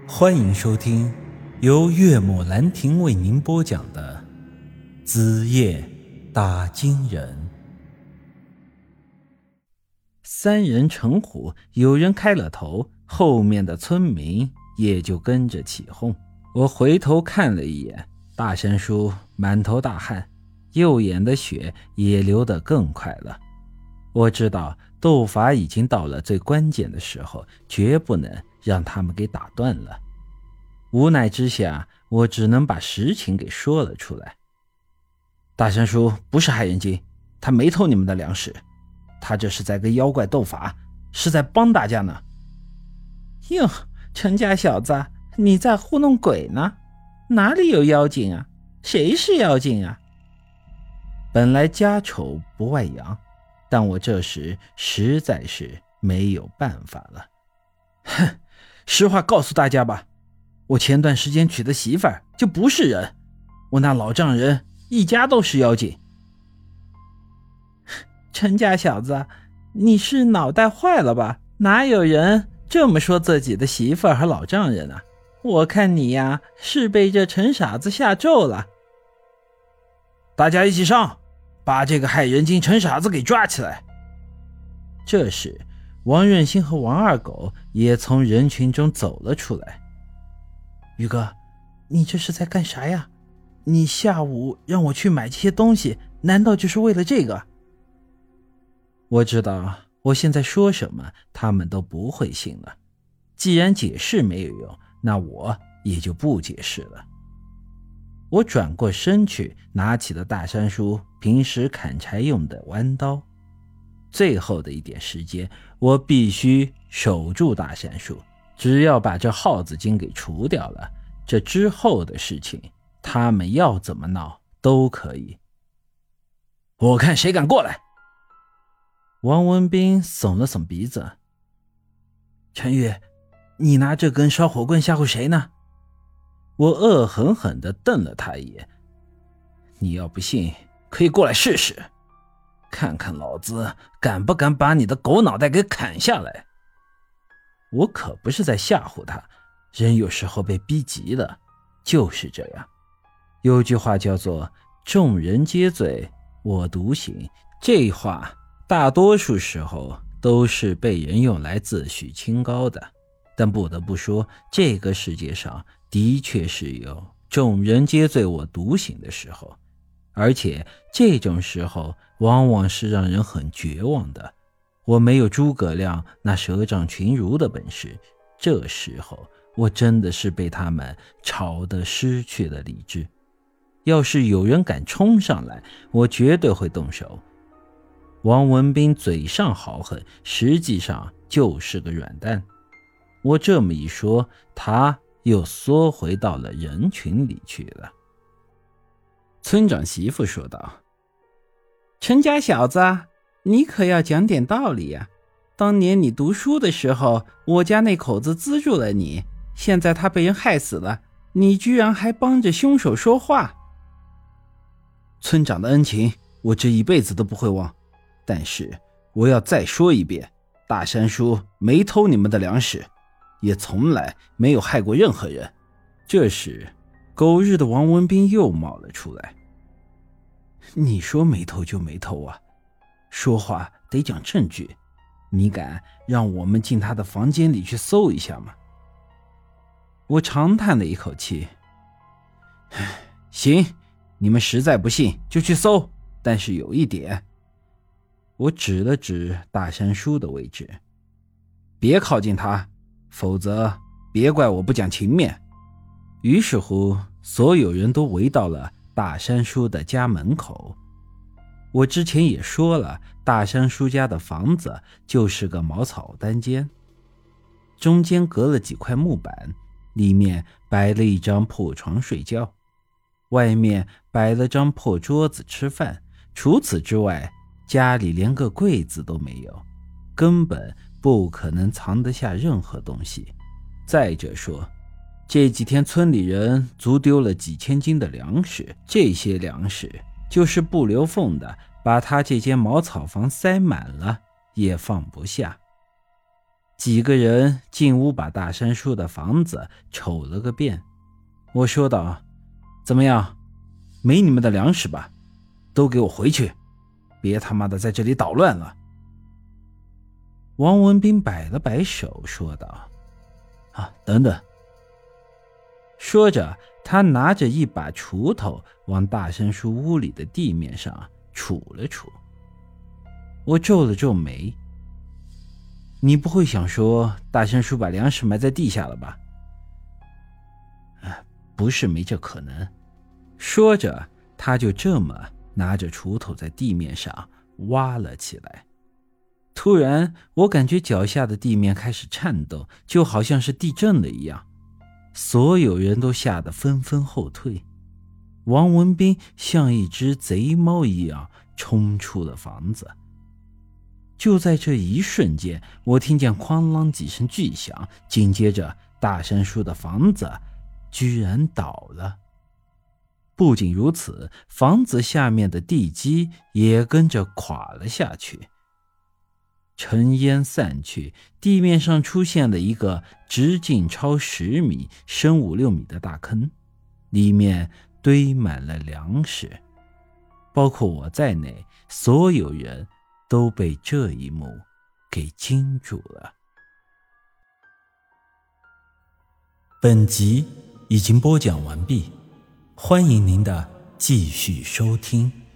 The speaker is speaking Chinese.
欢迎收听由岳母兰亭为您播讲的子夜打金人。三人成虎，有人开了头，后面的村民也就跟着起哄。我回头看了一眼，大山叔满头大汗，右眼的血也流得更快了。我知道斗法已经到了最关键的时候，绝不能让他们给打断了。无奈之下，我只能把实情给说了出来。大山叔不是害人精，他没偷你们的粮食，他这是在跟妖怪斗法，是在帮大家呢。 哟，陈家小子，你在糊弄鬼呢？哪里有妖精啊？谁是妖精啊？ 本来家丑不外扬，但我这时实在是没有办法了。哼，实话告诉大家吧，我前段时间娶的媳妇儿就不是人，我那老丈人一家都是妖精。 陈家小子，你是脑袋坏了吧？哪有人这么说自己的媳妇儿和老丈人啊？我看你呀，是被这陈傻子下咒了。 大家一起上，把这个害人精陈傻子给抓起来。这时王润兴和王二狗也从人群中走了出来。 宇哥，你这是在干啥呀？你下午让我去买这些东西，难道就是为了这个？ 我知道我现在说什么他们都不会信了，既然解释没有用，那我也就不解释了。我转过身去，拿起了大山叔平时砍柴用的弯刀。最后的一点时间，我必须守住大山叔，只要把这耗子精给除掉了，这之后的事情他们要怎么闹都可以。我看谁敢过来。王文斌耸了耸鼻子。陈宇，你拿这根烧火棍吓唬谁呢？我恶狠狠地瞪了他一眼。你要不信，可以过来试试，看看老子敢不敢把你的狗脑袋给砍下来。我可不是在吓唬他，人有时候被逼急了，就是这样。有句话叫做众人皆醉我独醒，这话大多数时候都是被人用来自诩清高的，但不得不说，这个世界上的确是有众人皆醉我独醒的时候，而且这种时候往往是让人很绝望的。我没有诸葛亮那舌战群儒的本事，这时候我真的是被他们吵得失去了理智。要是有人敢冲上来，我绝对会动手。王文斌嘴上豪横，实际上就是个软蛋。我这么一说，他又缩回到了人群里去了。村长媳妇说道： 陈家小子，你可要讲点道理呀！当年你读书的时候，我家那口子资助了你，现在他被人害死了，你居然还帮着凶手说话。 村长的恩情我这一辈子都不会忘，但是我要再说一遍，大山叔没偷你们的粮食，也从来没有害过任何人。这时狗日的王文斌又冒了出来。你说没偷就没偷啊，说话得讲证据，你敢让我们进他的房间里去搜一下吗？我长叹了一口气，行，你们实在不信就去搜，但是有一点。我指了指大山叔的位置，别靠近他，否则别怪我不讲情面。于是乎，所有人都围到了大山叔的家门口。我之前也说了，大山叔家的房子就是个茅草单间，中间隔了几块木板，里面摆了一张破床睡觉，外面摆了张破桌子吃饭，除此之外，家里连个柜子都没有，根本不可能藏得下任何东西。再者说，这几天村里人足丢了几千斤的粮食，这些粮食就是不留缝的把他这间茅草房塞满了，也放不下。 几个人进屋把大山叔的房子瞅了个遍。我说道：怎么样，没你们的粮食吧？都给我回去，别他妈的在这里捣乱了。王文斌摆了摆手说道：等等。说着他拿着一把锄头往大山叔屋里的地面上杵了杵。我皱了皱眉：你不会想说大山叔把粮食埋在地下了吧？不是没这可能。说着他就这么拿着锄头在地面上挖了起来。突然我感觉脚下的地面开始颤动，就好像是地震了一样，所有人都吓得纷纷后退。王文斌像一只贼猫一样冲出了房子。就在这一瞬间，我听见哐啷几声巨响，紧接着大山叔的房子居然倒了。不仅如此，房子下面的地基也跟着垮了下去。尘烟散去，地面上出现了一个直径超10米、深5-6米的大坑，里面堆满了粮食。包括我在内，所有人都被这一幕给惊住了。本集已经播讲完毕，欢迎您的继续收听。